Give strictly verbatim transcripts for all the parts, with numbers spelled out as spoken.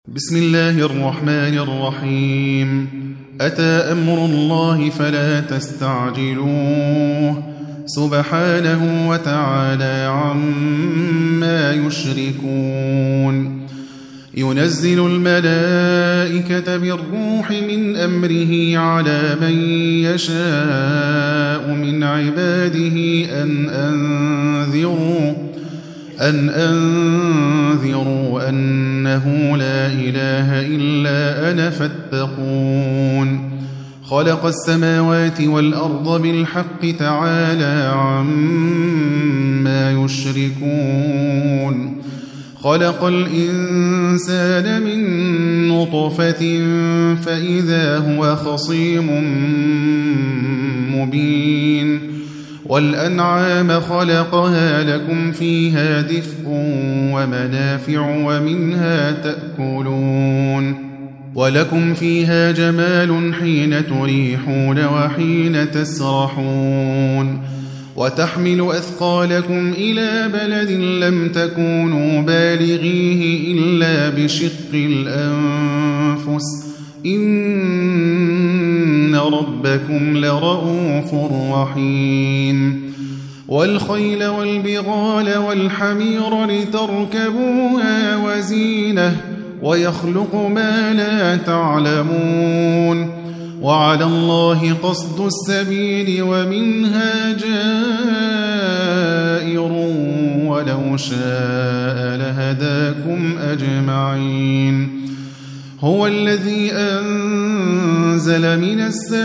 بسم الله الرحمن الرحيم. أتى أمر الله فلا تستعجلوه سبحانه وتعالى عما يشركون. ينزل الملائكة بالروح من أمره على من يشاء من عباده أن أنذروا أن أنذروا أنه لا إله إلا أنا فاتقون. خلق السماوات والأرض بالحق تعالى عما يشركون. خلق الإنسان من نطفة فإذا هو خصيم مبين. والأنعام خلقها لكم فيها دفء ومنافع ومنها تأكلون. ولكم فيها جمال حين تريحون وحين تسرحون. وتحمل أثقالكم إلى بلد لم تكونوا بالغيه إلا بشق الأنفس إن ربكم لرؤوف رحيم. والخيل والبغال والحمير لتركبوها وزينة ويخلق ما لا تعلمون. وعلى الله قصد السبيل ومنها جائر ولو شاء لهداكم أجمعين. هو الذي أنزل من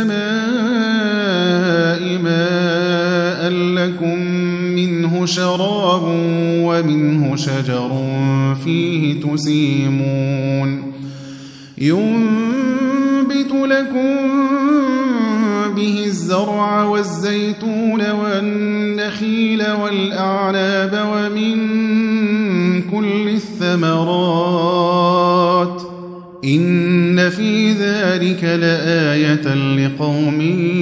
السماء ماء لكم منه شراب ومنه شجر فيه تسيمون. ينبت لكم به الزرع والزيتون والنخيل والأعناب ومن كل الثمرات إن في ذلك لآية لقوم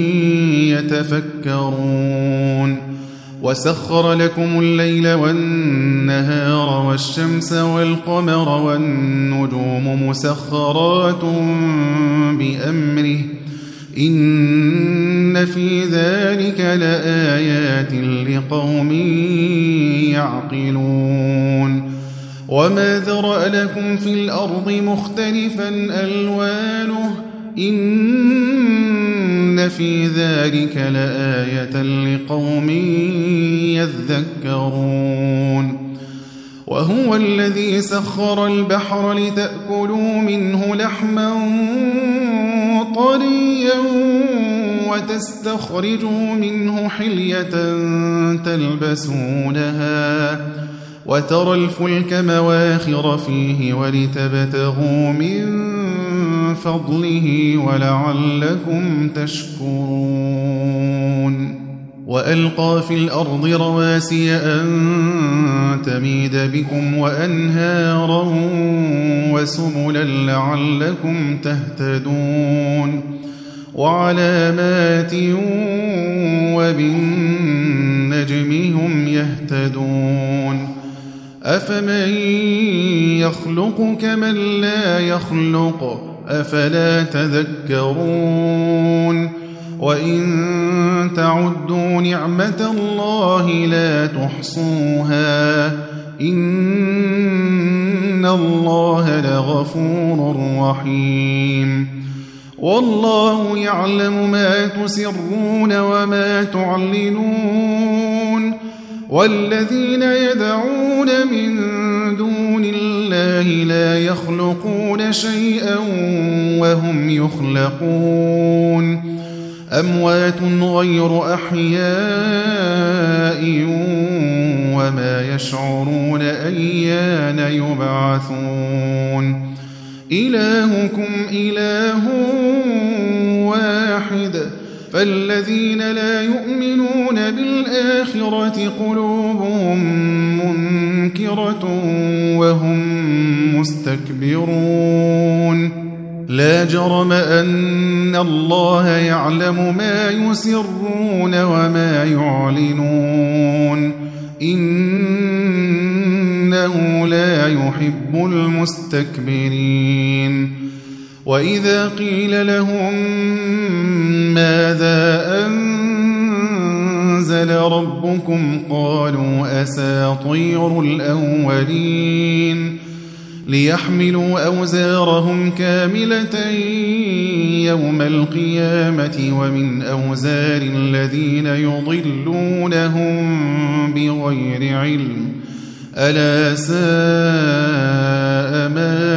يتفكرون. وسخر لكم الليل والنهار والشمس والقمر والنجوم مسخرات بأمره إن في ذلك لآيات لقوم يعقلون. وما ذرأ لكم في الأرض مختلفا ألوانه إن في ذلك لآية لقوم يذكرون. وهو الذي سخر البحر لتأكلوا منه لحما طريا وتستخرجوا منه حلية تلبسونها وترى الفلك مواخر فيه ولتبتغوا من فضله ولعلكم تشكرون. وألقى في الأرض رواسي أن تميد بكم وأنهارا وسبلا لعلكم تهتدون. وعلامات وبالنجم هم يهتدون. أفمن يخلق كمن لا يخلق أفلا تذكرون. وإن تعدوا نعمة الله لا تحصوها إن الله لغفور رحيم. والله يعلم ما تسرون وما تعلنون. والذين يدعون من دون الله لا يخلقون شيئا وهم يخلقون. أموات غير أحياء وما يشعرون أيان يبعثون. إلهكم إله واحد فالذين لا يؤمنون بالآخرة قلوبهم منكرة وهم مستكبرون. لا جرم أن الله يعلم ما يسرون وما يعلنون إن إنه لا يحب المستكبرين وإذا قيل لهم ماذا أنزل ربكم قالوا أساطير الأولين ليحملوا أوزارهم كاملة يوم القيامة ومن أوزار الذين يضلونهم بغير علم ألا ساء ما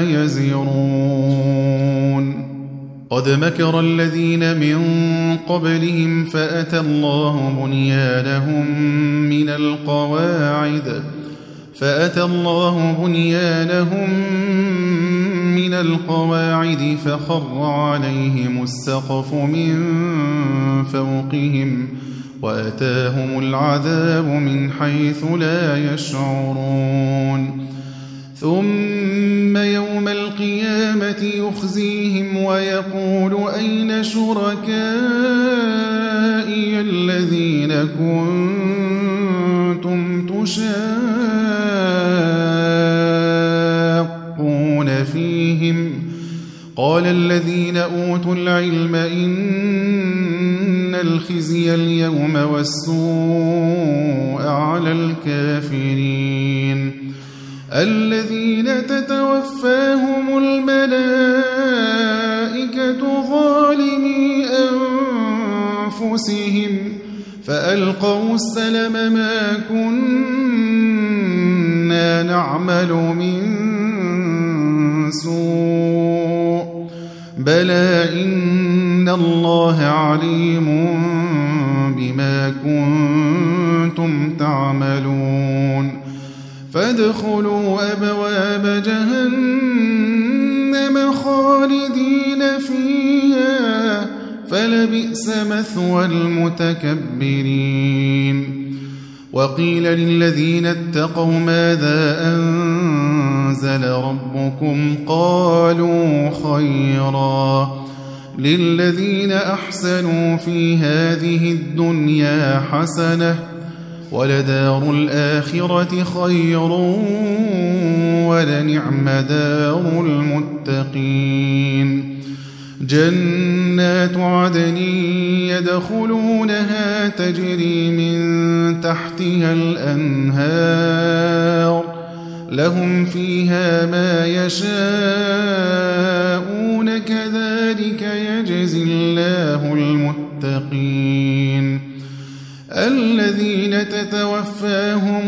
يزرون قد مكر الذين من قبلهم فأتى الله بنيانهم من القواعد فأتى الله بنيانهم من القواعد فخر عليهم السقف من فوقهم وأتاهم العذاب من حيث لا يشعرون ثم يوم القيامة يخزيهم ويقول أين شركائي الذين كنتم تشاقون فيهم قال الذين أوتوا العلم إن الخزي اليوم والسوء على الكافرين الذين تتوفاهم الملائكة ظالمي أنفسهم فألقوا السلم ما كنا نعمل من سوء بلى إن الله عليم بما كنتم تعملون فادخلوا أبواب جهنم خالدين فيها فلبئس مثوى المتكبرين وقيل للذين اتقوا ماذا أنزل ربكم قالوا خيرا للذين أحسنوا في هذه الدنيا حسنة ولدار الآخرة خير ولنعم دار المتقين جنات عدن يدخلونها تجري من تحتها الأنهار لهم فيها ما يشاءون كذلك يجزي الله المتقين الذين تتوفاهم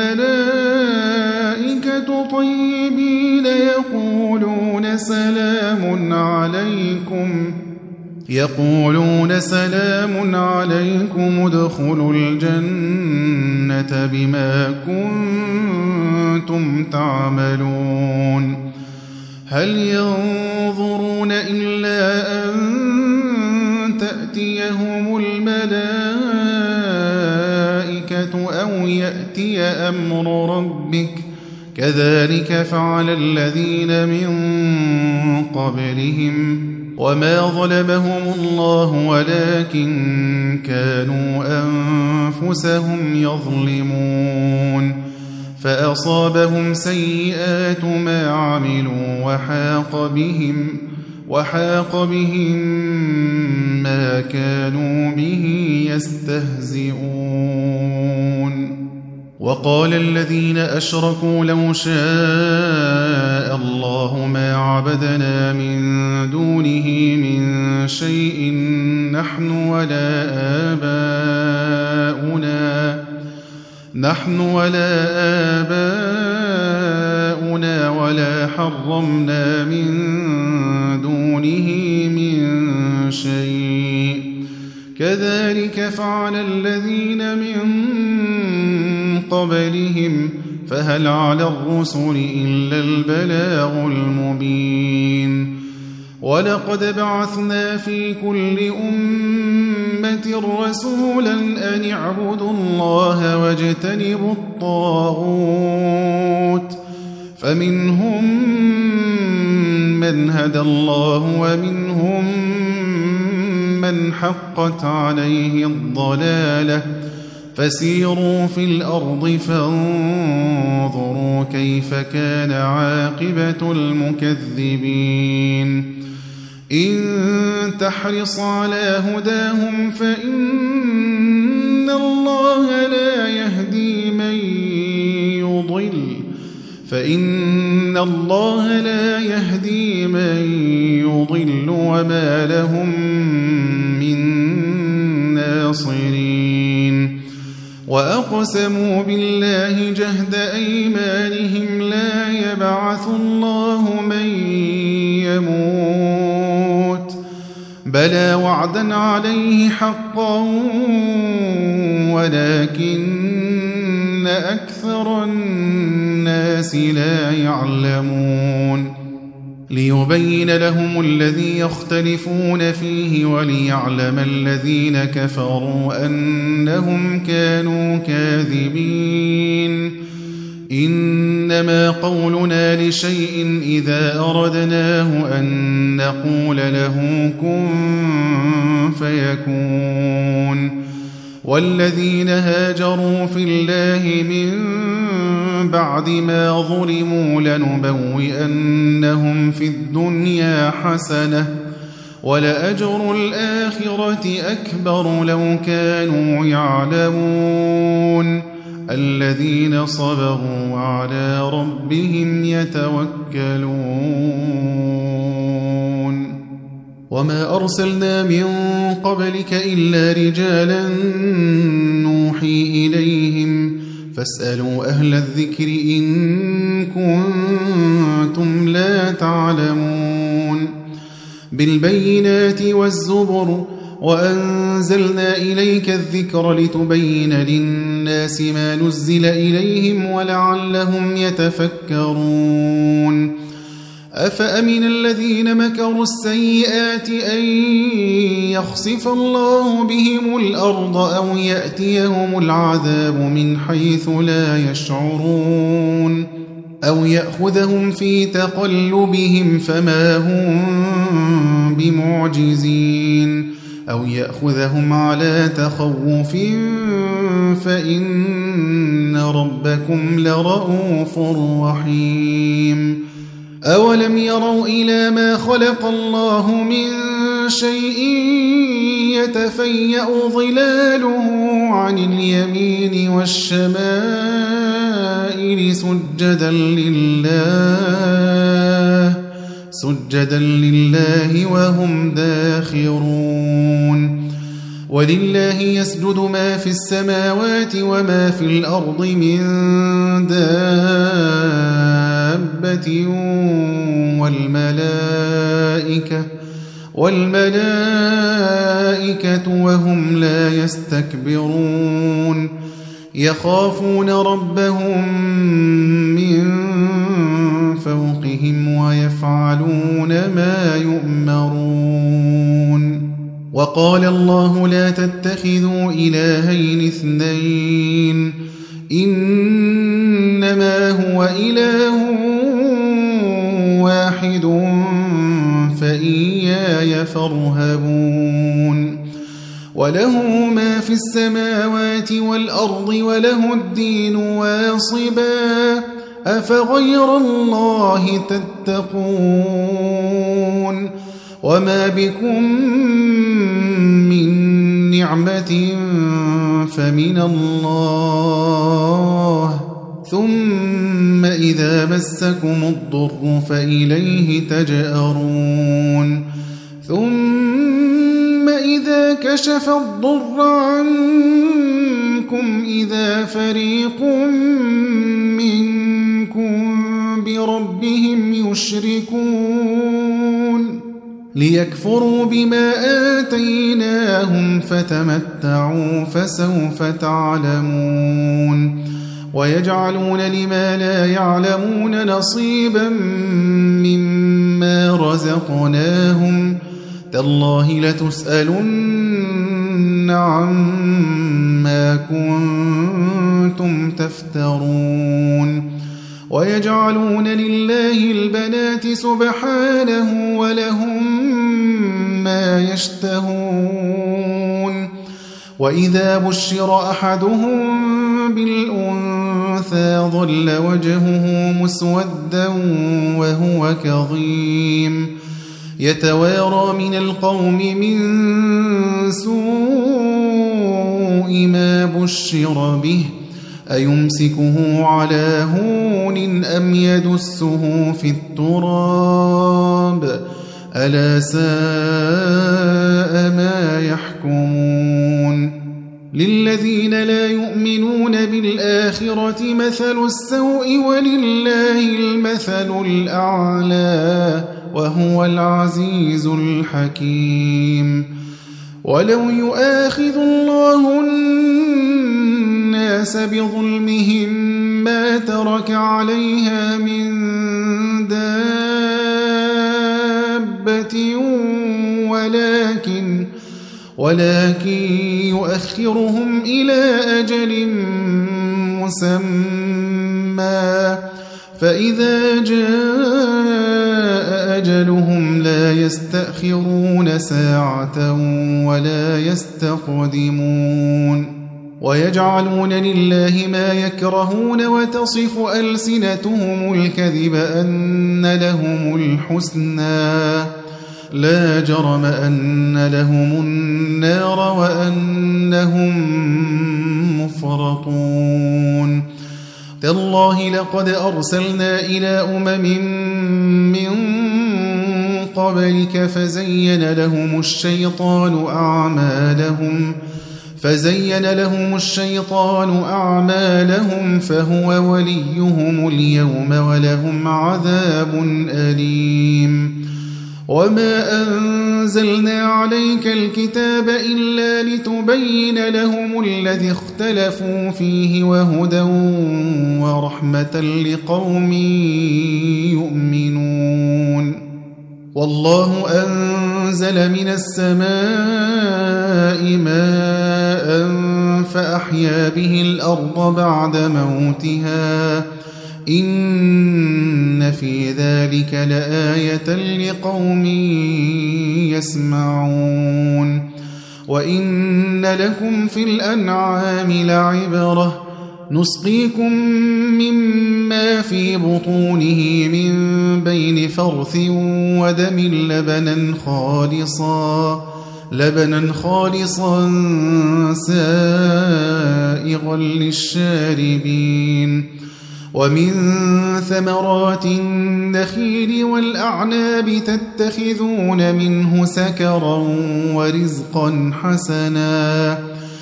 الملائكة طيبين يقولون سلام عليكم يقولون سلام عليكم ادخلوا الجنة بما كنتم تعملون هل ينظرون إلا أن تأتيهم الملائكة أو يأتي أمر ربك كذلك فعل الذين من قبلهم وما ظلمهم الله ولكن كانوا أنفسهم يظلمون فأصابهم سيئات ما عملوا وحاق بهم وحاق بهم ما كانوا به يستهزئون وقال الذين أشركوا لو شاء الله ما عبدنا من دونه من شيء نحن ولا آباؤنا نحن ولا آباؤنا ولا حرمنا من دونه من شيء كذلك فعل الذين من قبلهم فهل على الرسل إلا البلاغ المبين ولقد بعثنا في كل أمة رسولا أن اعبدوا الله واجتنبوا الطاغوت فمنهم من هدى الله ومنهم من حقت عليه الضلالة فسيروا في الأرض فانظروا كيف كان عاقبة المكذبين إن تحرص على هداهم فإن الله لا يهدي من يضل فإن الله لا يهدي من يضل وما لهم من ناصرين وأقسموا بالله جهد أيمانهم لا يبعث الله من يموت بلى وعدا عليه حقا ولكن أكثر الناس لا يعلمون ليبين لهم الذي يختلفون فيه وليعلم الذين كفروا أنهم كانوا كاذبين إنما قولنا لشيء إذا أردناه أن نقول له كن فيكون والذين هاجروا في الله من بعد ما ظلموا لنبوئنهم في الدنيا حسنة ولأجر الآخرة أكبر لو كانوا يعلمون الذين صبروا وعلى ربهم يتوكلون وما أرسلنا من قبلك إلا رجالا نوحي إليهم فاسألوا أهل الذكر إن كنتم لا تعلمون بالبينات والزبر وأنزلنا إليك الذكر لتبين للناس ما نزل إليهم ولعلهم يتفكرون أفأمن الذين مكروا السيئات أن يخسف الله بهم الأرض أو يأتيهم العذاب من حيث لا يشعرون أو يأخذهم في تقلبهم فما هم بمعجزين أو يأخذهم على تخوف فإن ربكم لرؤوف رحيم أولم يروا إلى ما خلق الله من شيء يتفيأ ظلاله عن اليمين والشمائل سجدا لله سجدا لله وهم داخرون ولله يسجد ما في السماوات وما في الأرض من دابة والملائكة والملائكة وهم لا يستكبرون يخافون ربهم من فوقهم ويفعلون ما يؤمرون وقال الله لا تتخذوا إلهين اثنين إنما هو إله واحد فإياي فارهبون وله ما في السماوات والأرض وله الدين واصبا أفغير الله تتقون وما بكم من نعمة فمن الله ثم إذا مسكم الضر فإليه تجأرون ثم إذا كشف الضر عنكم إذا فريق منكم بربهم يشركون ليكفروا بما آتيناهم فتمتعوا فسوف تعلمون ويجعلون لما لا يعلمون نصيبا مما رزقناهم تالله لتسألن عما كنتم تفترون ويجعلون لله البنات سبحانه ولهم ما يشتهون وإذا بشر أحدهم بالأنثى ظل وجهه مسودا وهو كظيم يتوارى من القوم من سوء ما بشر به أيمسكه على هون أم يدسه في التراب ألا ساء ما يحكمون للذين لا يؤمنون بالآخرة مثل السوء ولله المثل الأعلى وهو العزيز الحكيم ولو يؤاخذ الله الناس بظلمهم ما ترك عليها من دابة ولكن ولكن يؤخرهم إلى أجل مسمى فإذا جاء أجلهم لا يستأخرون ساعة ولا يستقدمون ويجعلون لله ما يكرهون وتصف ألسنتهم الكذب أن لهم الحسنى لا جرم أن لهم النار وأنهم مفرطون تالله لقد أرسلنا إلى أمم من قبلك فزين لهم الشيطان أعمالهم فزين لهم الشيطان أعمالهم فهو وليهم اليوم ولهم عذاب أليم وما أنزلنا عليك الكتاب إلا لتبين لهم الذي اختلفوا فيه وهدى ورحمة لقوم يؤمنون والله أنزل من السماء ماء فأحيا به الأرض بعد موتها إن في ذلك لآية لقوم يسمعون وإن لكم في الأنعام لعبرة نسقيكم مما في بطونه من بين فرث ودم لبنا خالصا لبنا خالصا سائغا للشاربين ومن ثمرات النخيل والأعناب تتخذون منه سكرا ورزقا حسنا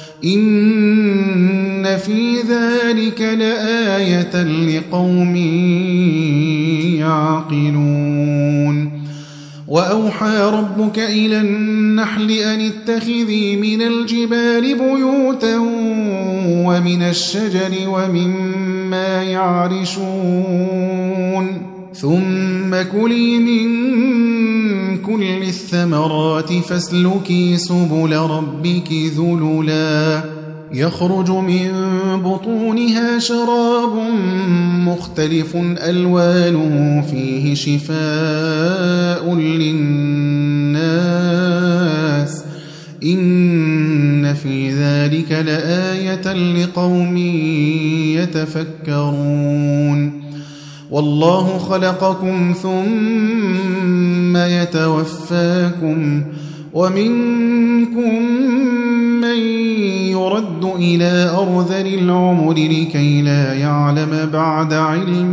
إن في ذلك لآية لقوم يعقلون وأوحى ربك إلى النحل أن اتخذي من الجبال بيوتا ومن الشجر ومما يعرشون ثم كلي من كل الثمرات فاسلكي سبل ربك ذللا يخرج من بطونها شراب مختلف ألوانه فيه شفاء للناس إن في ذلك لآية لقوم يتفكرون والله خلقكم ثم يتوفاكم ومنكم من يرد إلى أرذل العمر لكي لا يعلم بعد علم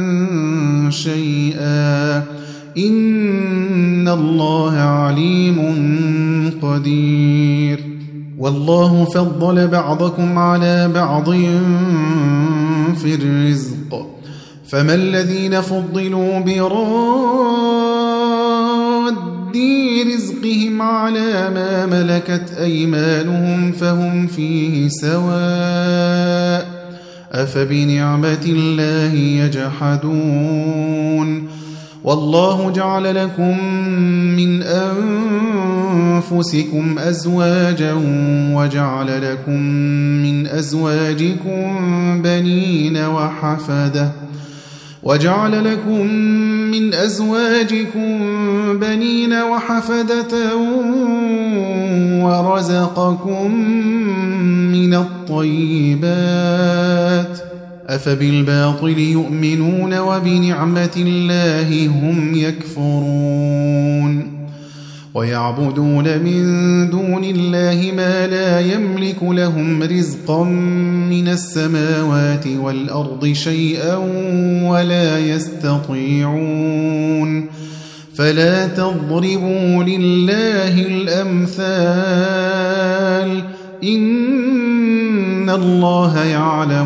شيئا إن الله عليم قدير والله فضل بعضكم على بعض في الرزق فما الذين فضلوا براد رزقهم على ما ملكت أيمانهم فهم فيه سواء أفبنعمة الله يجحدون والله جعل لكم من أنفسكم أزواجا وجعل لكم من أزواجكم بنين وحفدة وجعل لكم من أزواجكم بنين وحفدة ورزقكم من الطيبات أفبالباطل يؤمنون وبنعمة الله هم يكفرون ويعبدون من دون الله ما لا يملك لهم رزقا من السماوات والأرض شيئا ولا يستطيعون فلا تضربوا لله الأمثال إن الله يعلم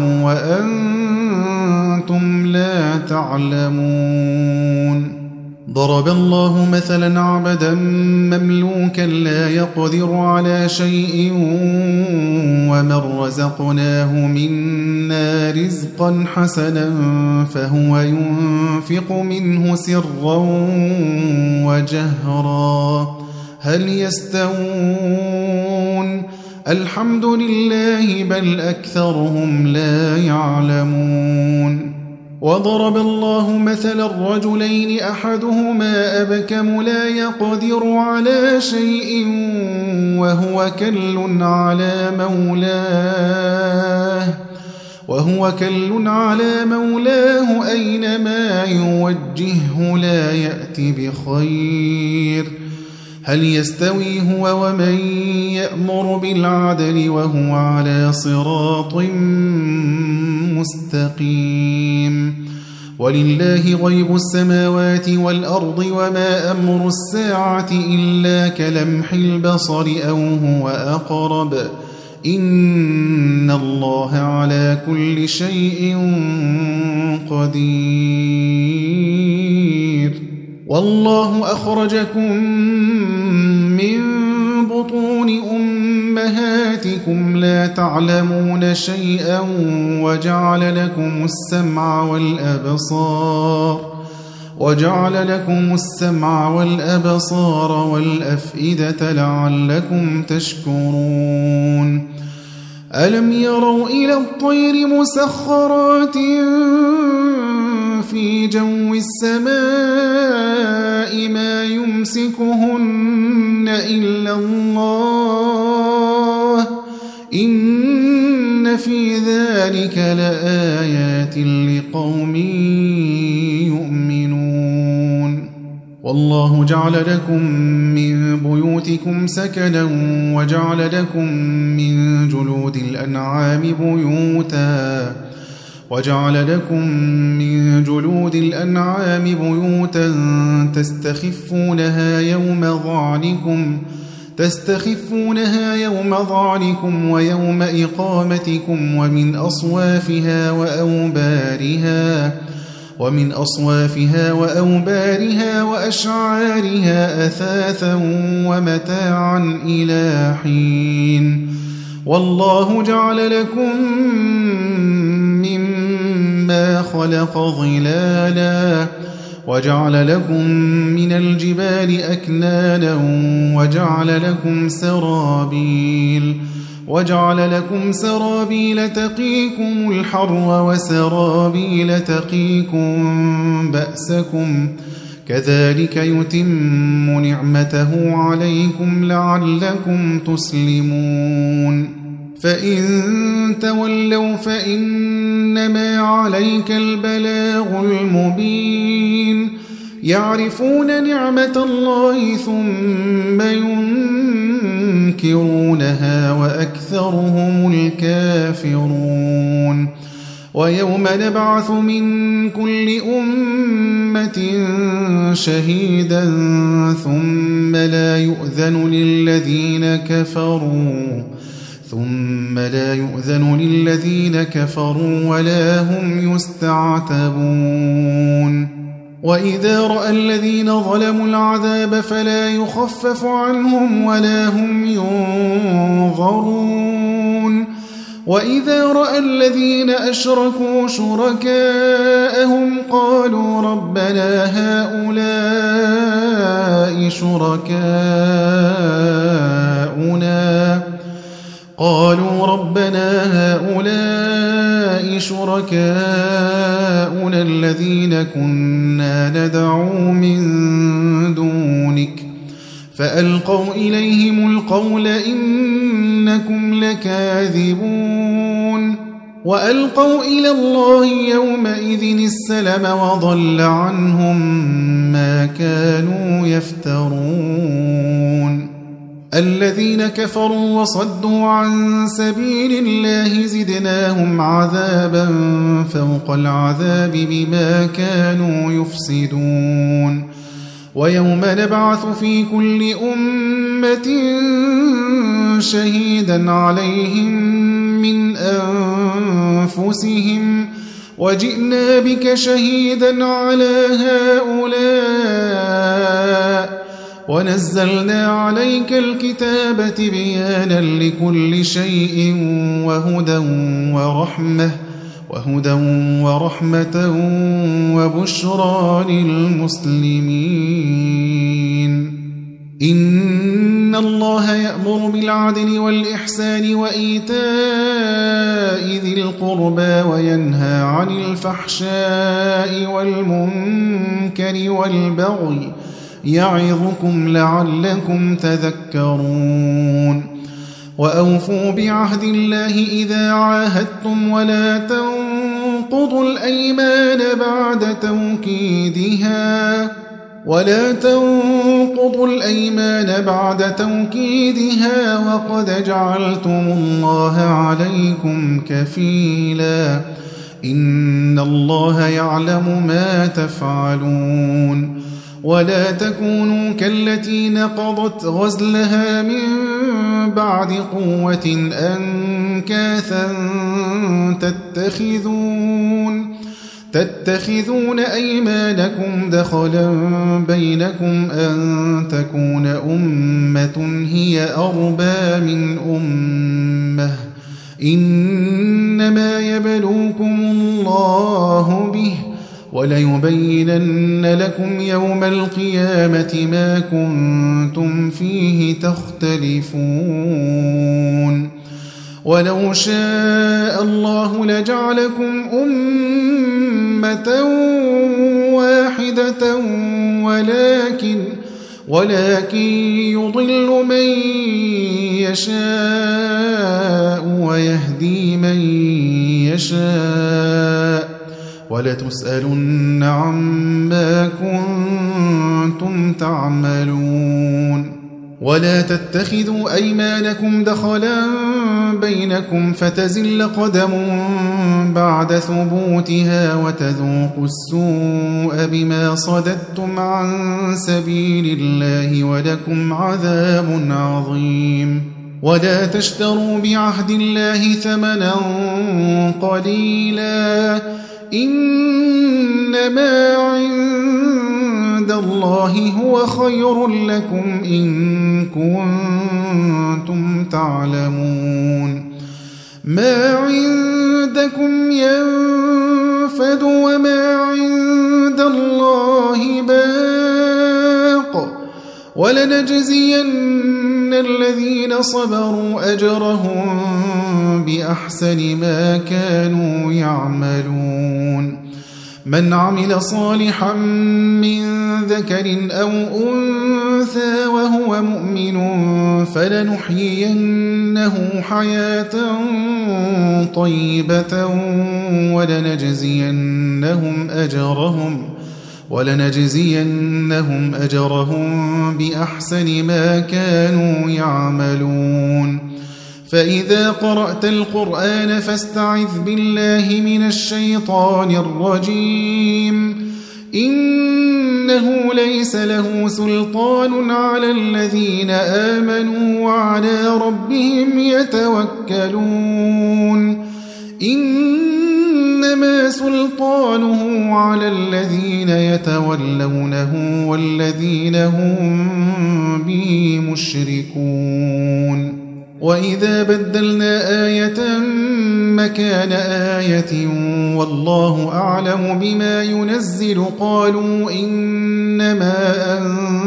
وأنتم لا تعلمون ضرب الله مثلا عبدا مملوكا لا يقدر على شيء ومن رزقناه منا رزقا حسنا فهو ينفق منه سرا وجهرا هل يستوون الحمد لله بل أكثرهم لا يعلمون وضرب الله مثلا رجلين أحدهما أبكم لا يقدر على شيء وهو كل على مولاه وهو كل على مولاه أينما يوجهه لا يأتي بخير هل يستوي هو ومن يأمر بالعدل وهو على صراط مستقيم ولله غيب السماوات والأرض وما أمر الساعة إلا كلمح البصر أو هو أقرب إن الله على كل شيء قدير والله أخرجكم من بطون أمهاتكم لا تعلمون شيئا وجعل لكم السمع والأبصار وجعل لكم السمع والأبصار والأفئدة لعلكم تشكرون ألم يروا إلى الطير مسخرات في جو السماء ما يمسكهن إلا الله إن في ذلك لآيات لقوم يؤمنون والله جعل لكم من بيوتكم سكنا وجعل لكم من جلود الأنعام بيوتا وجعل لكم من جلود الأنعام بيوتا تستخفونها يوم ظعنكم تستخفونها يوم ظعنكم ويوم إقامتكم ومن أصوافها وأوبارها ومن أصوافها وأوبارها وأشعارها أثاثا ومتاعا إلى حين والله جعل لكم مما خلق ظلالا وجعل لكم من الجبال أكنانا وجعل لكم سرابيل وجعل لكم سرابيل تقيكم الحر وسرابيل تقيكم بأسكم كذلك يتم نعمته عليكم لعلكم تسلمون فإن تولوا فإنما عليك البلاغ المبين يعرفون نعمة الله ثم ينكرونها وأكثرهم الكافرون ويوم نبعث من كل أمة شهيدا ثم لا يؤذن للذين كفروا ثم لا يؤذن للذين كفروا ولا هم يستعتبون وإذا رأى الذين ظلموا العذاب فلا يخفف عنهم ولا هم ينظرون وإذا رأى الذين أشركوا شركاءهم قالوا ربنا هؤلاء شركاؤنا قالوا ربنا هؤلاء شركاؤنا الذين الذين كنا ندعو من دونك فألقوا إليهم القول إنكم لكاذبون وألقوا إلى الله يومئذ السلم وضل عنهم ما كانوا يفترون الذين كفروا وصدوا عن سبيل الله زدناهم عذابا فوق العذاب بما كانوا يفسدون ويوم نبعث في كل أمة شهيدا عليهم من أنفسهم وجئنا بك شهيدا على هؤلاء ونزلنا عليك الكتاب تبيانا لكل شيء وهدى ورحمة وهدى ورحمة وبشرى للمسلمين إن الله يأمر بالعدل والإحسان وإيتاء ذي القربى وينهى عن الفحشاء والمنكر والبغي يعظكم لعلكم تذكرون وأوفوا بعهد الله إذا عاهدتم ولا تنقضوا الأيمان بعد توكيدها ولا تنقضوا الأيمان بعد توكيدها وقد جعلتم الله عليكم كفيلا إن الله يعلم ما تفعلون ولا تكونوا كالتي نقضت غزلها من بعد قوة أنكاثا تتخذون تتخذون أيمانكم دخلا بينكم أن تكون أمة هي أربى من أمة إنما يبلوكم الله به وليبينن لكم يوم القيامة ما كنتم فيه تختلفون ولو شاء الله لجعلكم أمة واحدة ولكن ولكن يضل من يشاء ويهدي من يشاء ولتسألن عما كنتم تعملون ولا تتخذوا أيمانكم دخلا بينكم فتزل قدم بعد ثبوتها وتذوقوا السوء بما صددتم عن سبيل الله ولكم عذاب عظيم ولا تشتروا بعهد الله ثمنا قليلا إنما عند الله هو خير لكم إن كنتم تعلمون ما عندكم ينفد وما عند الله باق ولنجزين الذين صبروا أجرهم بأحسن ما كانوا يعملون من عمل صالحا من ذكر أو أنثى وهو مؤمن فلنحيينه حياة طيبة ولنجزينهم أجرهم ولنجزينهم أجرهم بأحسن ما كانوا يعملون فإذا قرأت القرآن فاستعذ بالله من الشيطان الرجيم إنه ليس له سلطان على الذين آمنوا وعلى ربهم يتوكلون إنما سلطانه على الذين يتولونه والذين هم به مشركون وإذا بدلنا آية مكان آية والله أعلم بما ينزل قالوا إنما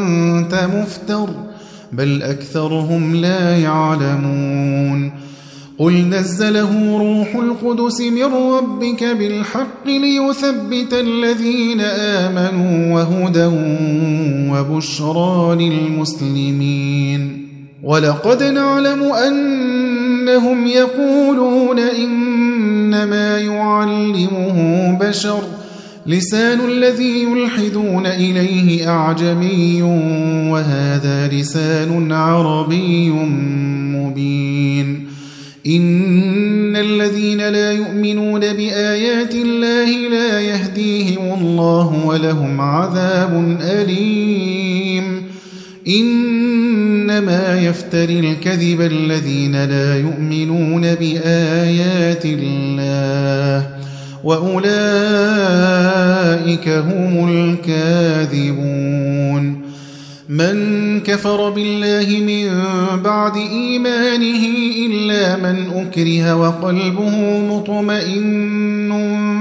أنت مفتر بل أكثرهم لا يعلمون قل نزله روح القدس من ربك بالحق ليثبت الذين آمنوا وهدى وبشرى للمسلمين ولقد نعلم أنهم يقولون إنما يعلمه بشر لسان الذي يلحدون إليه أعجمي وهذا لسان عربي مبين إن الذين لا يؤمنون بآيات الله لا يهديهم الله ولهم عذاب أليم إنما يفتري الكذب الذين لا يؤمنون بآيات الله وأولئك هم الكاذبون من كفر بالله من بعد إيمانه إلا من أكره وقلبه مطمئن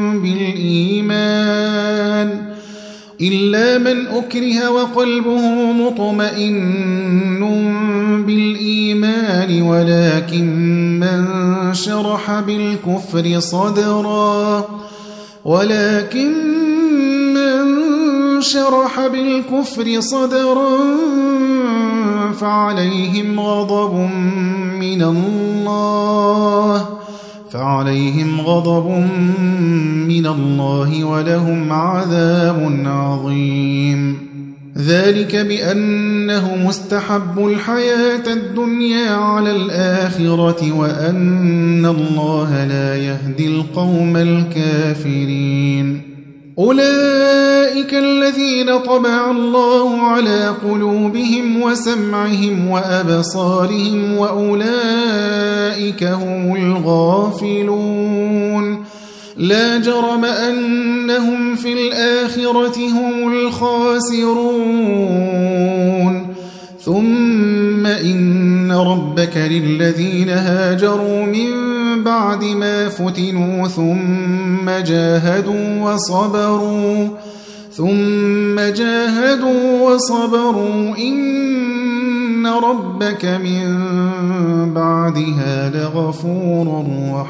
بالإيمان إلا من أكره وقلبه مطمئن بالإيمان ولكن من شرح بالكفر صدرا ولكن من شرح بالكفر صدرا فعليهم غضب من الله فعليهم غضب من الله ولهم عذاب عظيم ذلك بأنه مستحب الحياة الدنيا على الآخرة وأن الله لا يهدي القوم الكافرين أولئك الذين طبع الله على قلوبهم وسمعهم وأبصارهم وأولئك هم الغافلون لا جرم أنهم في الآخرة هم الخاسرون ثم إن ربك للذين هاجروا من بعد ما فتنوا ثم جاهدوا وصبروا ثم جاهدوا وصبروا إن ربك من بعدها لغفور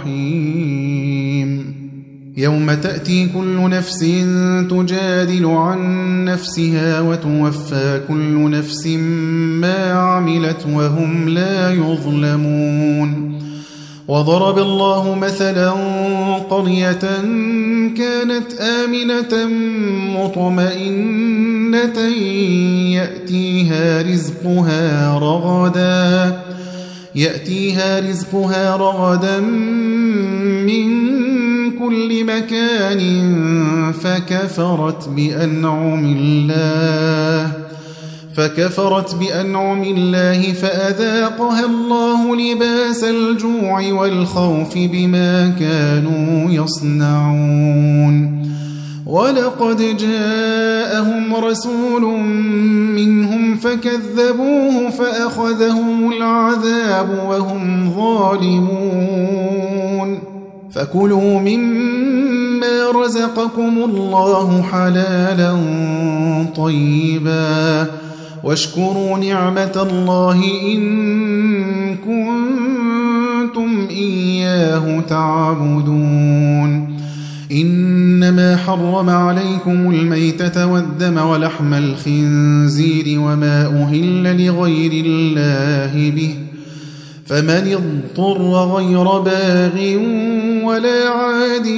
رحيم يوم تأتي كل نفس تجادل عن نفسها وتوفى كل نفس ما عملت وهم لا يظلمون وضرب الله مثلا قرية كانت آمنة مطمئنة يأتيها رزقها رغدا يأتيها رزقها رغدا من كل مكان فكفرت بأنعم الله فكفرت بأنعم الله فأذاقها الله لباس الجوع والخوف بما كانوا يصنعون ولقد جاءهم رسول منهم فكذبوه فأخذهم العذاب وهم ظالمون فكلوا مما رزقكم الله حلالا طيبا واشكروا نعمة الله إن كنتم إياه تعبدون إنما حرم عليكم الميتة والدم ولحم الخنزير وما أهل لغير الله به فمن اضطر غير باغ ولا عاد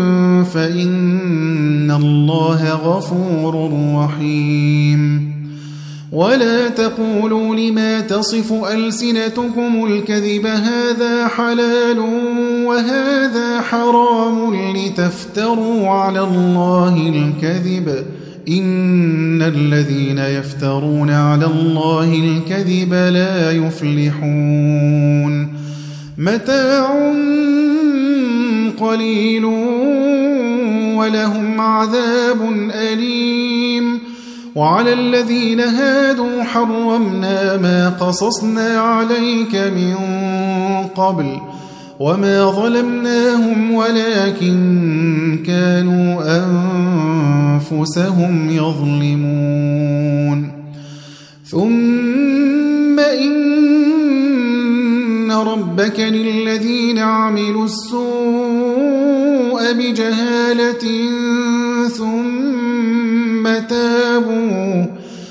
فإن الله غفور رحيم ولا تقولوا لما تصف ألسنتكم الكذب هذا حلال وهذا حرام لتفتروا على الله الكذب إن الذين يفترون على الله الكذب لا يفلحون متاع قليل ولهم عذاب أليم وعلى الذين هادوا حرمنا ما قصصنا عليك من قبل وما ظلمناهم ولكن كانوا أنفسهم يظلمون ثم إن ربك للذين عملوا السوء بجهالة ثم تابوا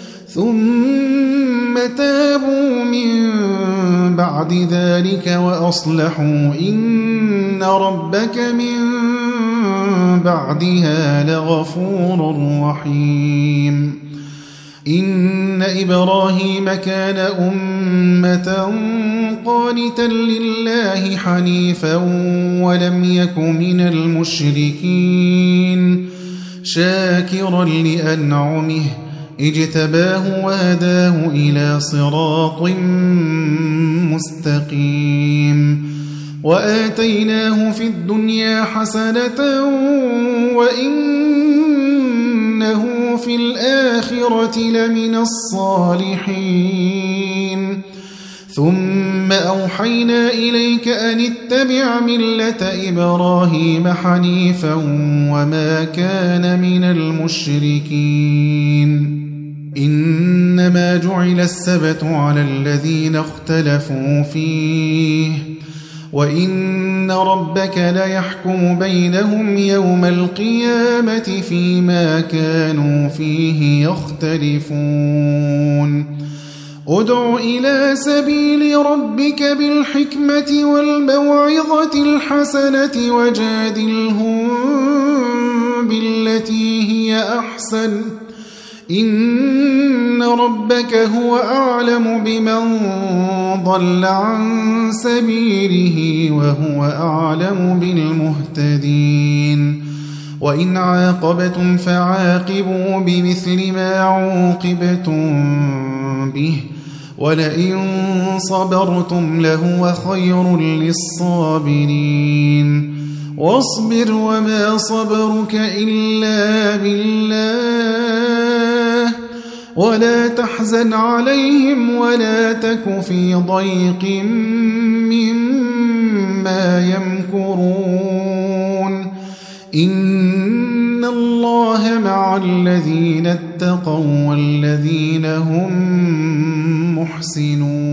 ثم تابوا من بعد ذلك وأصلحوا إن ربك من بعدها لغفور رحيم. إن إبراهيم كان أمة قانتا لله حنيفا ولم يك من المشركين شاكرا لأنعمه اجتباه وهداه إلى صراط مستقيم وآتيناه في الدنيا حسنة وإنه في الآخرة لمن الصالحين. ثم أوحينا إليك أن اتبع ملة إبراهيم حنيفا وما كان من المشركين. إنما جعل السبت على الذين اختلفوا فيه وإن ربك ليحكم بينهم يوم القيامة فيما كانوا فيه يختلفون. ادع إلى سبيل ربك بالحكمة والموعظة الحسنة وجادلهم بالتي هي أحسن إن ربك هو أعلم بمن ضل عن سبيله وهو أعلم بالمهتدين. وإن عاقبتم فعاقبوا بمثل ما عوقبتم به ولئن صبرتم لهو خير للصابرين. واصبر وما صبرك إلا بالله ولا تحزن عليهم ولا تك في ضيق مما يمكرون. إن الله مع الذين اتقوا والذين هم محسنون.